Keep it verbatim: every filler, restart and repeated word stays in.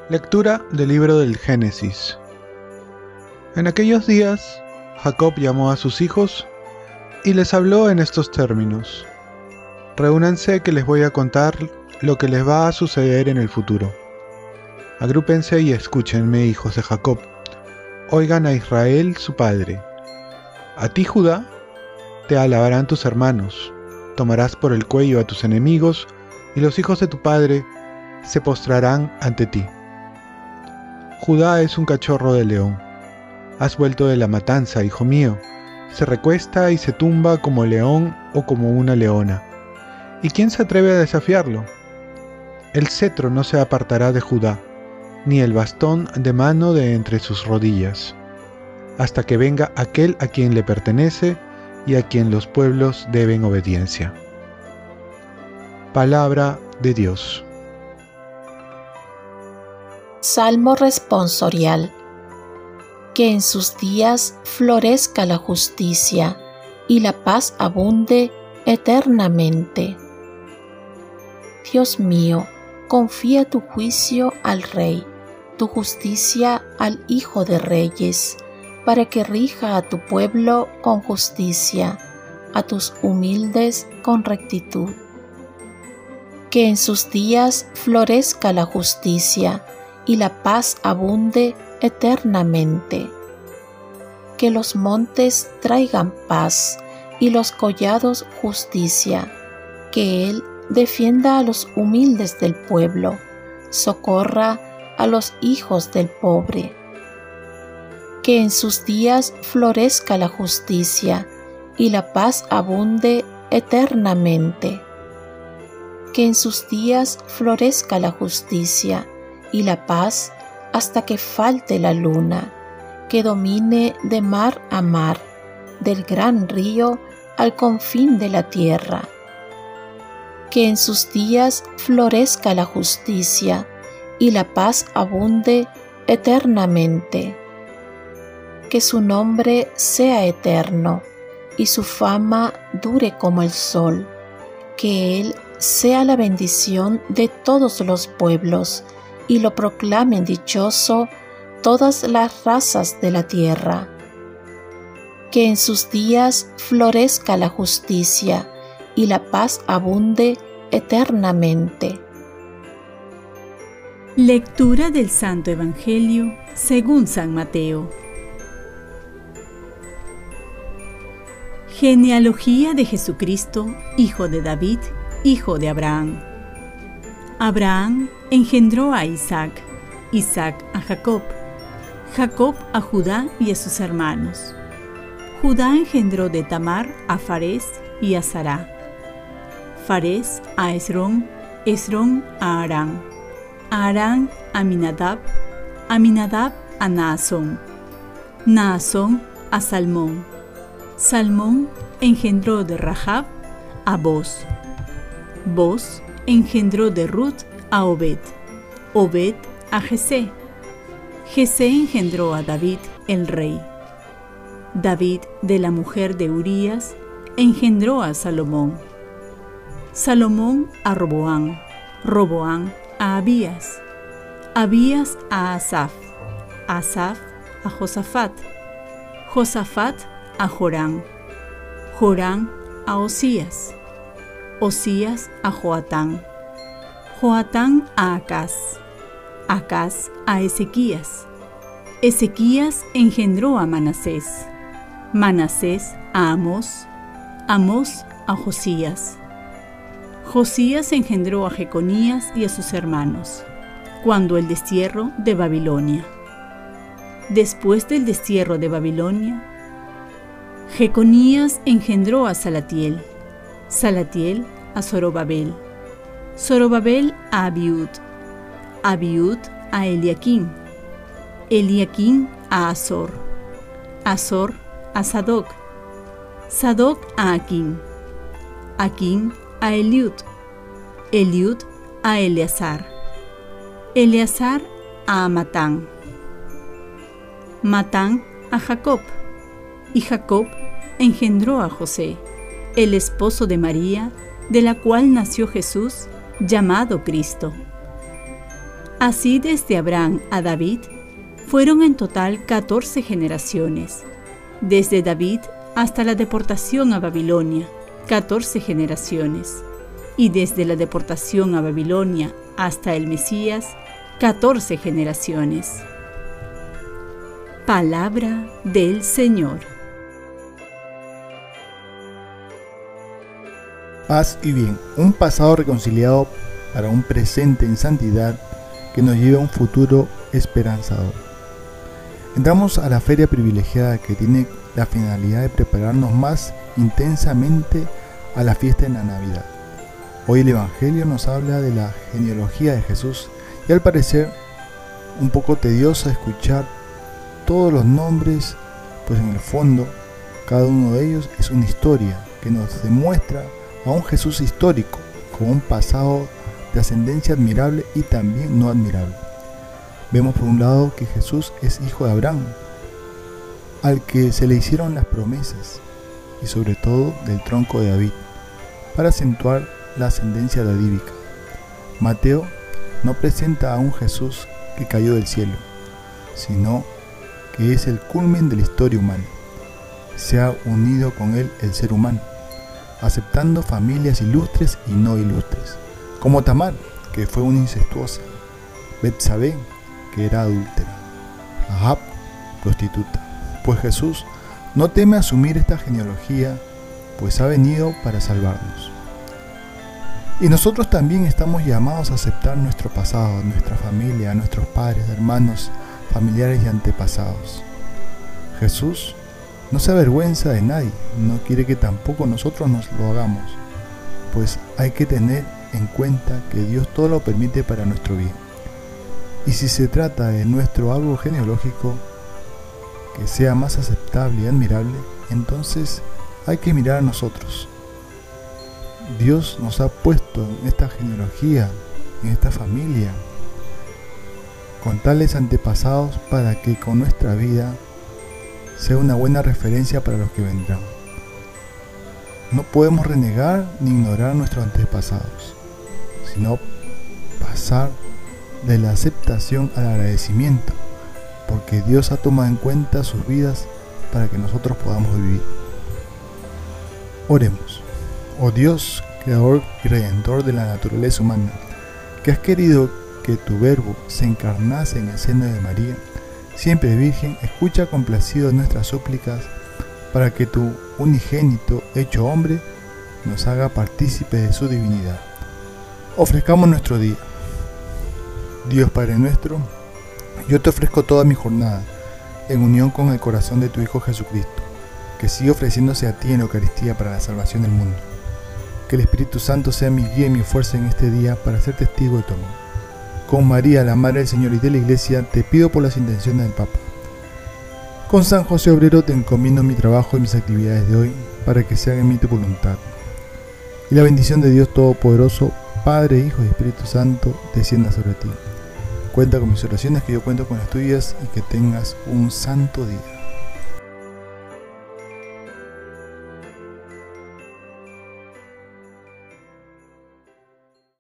Lectura del libro del Génesis. En aquellos días, Jacob llamó a sus hijos y les habló en estos términos: Reúnanse, que les voy a contar lo que les va a suceder en el futuro. Agrúpense y escúchenme, hijos de Jacob. Oigan a Israel, su padre. A ti, Judá, te alabarán tus hermanos. Tomarás por el cuello a tus enemigos, y los hijos de tu padre se postrarán ante ti. Judá es un cachorro de león. Has vuelto de la matanza, hijo mío. Se recuesta y se tumba como león o como una leona. ¿Y quién se atreve a desafiarlo? El cetro no se apartará de Judá, ni el bastón de mano de entre sus rodillas, hasta que venga aquel a quien le pertenece y a quien los pueblos deben obediencia. Palabra de Dios. Salmo responsorial. Que en sus días florezca la justicia y la paz abunde eternamente. Dios mío, confía tu juicio al Rey, tu justicia al Hijo de Reyes, para que rija a tu pueblo con justicia, a tus humildes con rectitud. Que en sus días florezca la justicia y la paz abunde eternamente. Que los montes traigan paz y los collados justicia, que Él defienda a los humildes del pueblo, socorra a los hijos del pobre. Que en sus días florezca la justicia y la paz abunde eternamente. Que en sus días florezca la justicia y la paz hasta que falte la luna, que domine de mar a mar, del gran río al confín de la tierra. Que en sus días florezca la justicia y la paz abunde eternamente. Que su nombre sea eterno y su fama dure como el sol. Que Él sea la bendición de todos los pueblos y lo proclamen dichoso todas las razas de la tierra. Que en sus días florezca la justicia y la paz abunde eternamente. Lectura del Santo Evangelio según San Mateo. Genealogía de Jesucristo, hijo de David, hijo de Abraham. Abraham engendró a Isaac, Isaac a Jacob, Jacob a Judá y a sus hermanos. Judá engendró de Tamar a Farés y a Sará, Farés a Esrón, Esrón a Arán, Arán a Aminadab, Aminadab a Naasón, Naasón a Salmón, Salmón engendró de Rahab a Boz, Boz engendró de Ruth a Obed, Obed a Jesé, Jesé engendró a David el rey, David de la mujer de Urías engendró a Salomón, Salomón a Roboán, Roboán a Abías, Abías a Asaf, Asaf a Josafat, Josafat a Jorán, Jorán a Osías, Osías a Joatán, Joatán a Acaz, Acaz a Ezequías, Ezequías engendró a Manasés, Manasés a Amós, Amós a Josías, Josías engendró a Jeconías y a sus hermanos, cuando el destierro de Babilonia. Después del destierro de Babilonia, Jeconías engendró a Salatiel, Salatiel a Zorobabel, Zorobabel a Abiud, Abiud a Eliaquim, Eliaquim a Azor, Azor a Sadoc, Sadoc a Aquim, Aquim a Eliud, Eliud a Eleazar, Eleazar a Matán, Matán a Jacob, y Jacob engendró a José, el esposo de María, de la cual nació Jesús, llamado Cristo. Así desde Abraham a David fueron en total catorce generaciones. Desde David hasta la deportación a Babilonia, catorce generaciones. Y desde la deportación a Babilonia hasta el Mesías, catorce generaciones. Palabra del Señor. Paz y bien, un pasado reconciliado para un presente en santidad que nos lleva a un futuro esperanzador. Entramos a la feria privilegiada que tiene la finalidad de prepararnos más intensamente a la fiesta de la Navidad. Hoy el Evangelio nos habla de la genealogía de Jesús y al parecer un poco tedioso escuchar todos los nombres, pues en el fondo cada uno de ellos es una historia que nos demuestra a un Jesús histórico con un pasado de ascendencia admirable y también no admirable. Vemos por un lado que Jesús es hijo de Abraham, al que se le hicieron las promesas y sobre todo del tronco de David, para acentuar la ascendencia davídica. Mateo no presenta a un Jesús que cayó del cielo, sino que es el culmen de la historia humana. Se ha unido con él el ser humano, aceptando familias ilustres y no ilustres, como Tamar, que fue una incestuosa, Betsabé, que era adúltera, Ahab, prostituta. Pues Jesús no teme asumir esta genealogía, pues ha venido para salvarnos. Y nosotros también estamos llamados a aceptar nuestro pasado, nuestra familia, nuestros padres, hermanos, familiares y antepasados. Jesús no se avergüenza de nadie, no quiere que tampoco nosotros nos lo hagamos, pues hay que tener en cuenta que Dios todo lo permite para nuestro bien. Y si se trata de nuestro árbol genealógico que sea más aceptable y admirable, entonces hay que mirar a nosotros. Dios nos ha puesto en esta genealogía, en esta familia, con tales antepasados para que con nuestra vida sea una buena referencia para los que vendrán. No podemos renegar ni ignorar a nuestros antepasados, sino pasar de la aceptación al agradecimiento, porque Dios ha tomado en cuenta sus vidas para que nosotros podamos vivir. Oremos. Oh Dios, creador y redentor de la naturaleza humana, que has querido que tu verbo se encarnase en el seno de María, siempre virgen, escucha complacido nuestras súplicas para que tu unigénito hecho hombre nos haga partícipes de su divinidad. Ofrezcamos nuestro día. Dios Padre nuestro, yo te ofrezco toda mi jornada en unión con el corazón de tu Hijo Jesucristo, que sigue ofreciéndose a ti en la Eucaristía para la salvación del mundo. Que el Espíritu Santo sea mi guía y mi fuerza en este día para ser testigo de tu amor. Con María, la Madre del Señor y de la Iglesia, te pido por las intenciones del Papa. Con San José Obrero te encomiendo mi trabajo y mis actividades de hoy, para que se haga en mí tu voluntad. Y la bendición de Dios Todopoderoso, Padre, Hijo y Espíritu Santo, descienda sobre ti. Cuenta con mis oraciones, que yo cuento con las tuyas, y que tengas un santo día.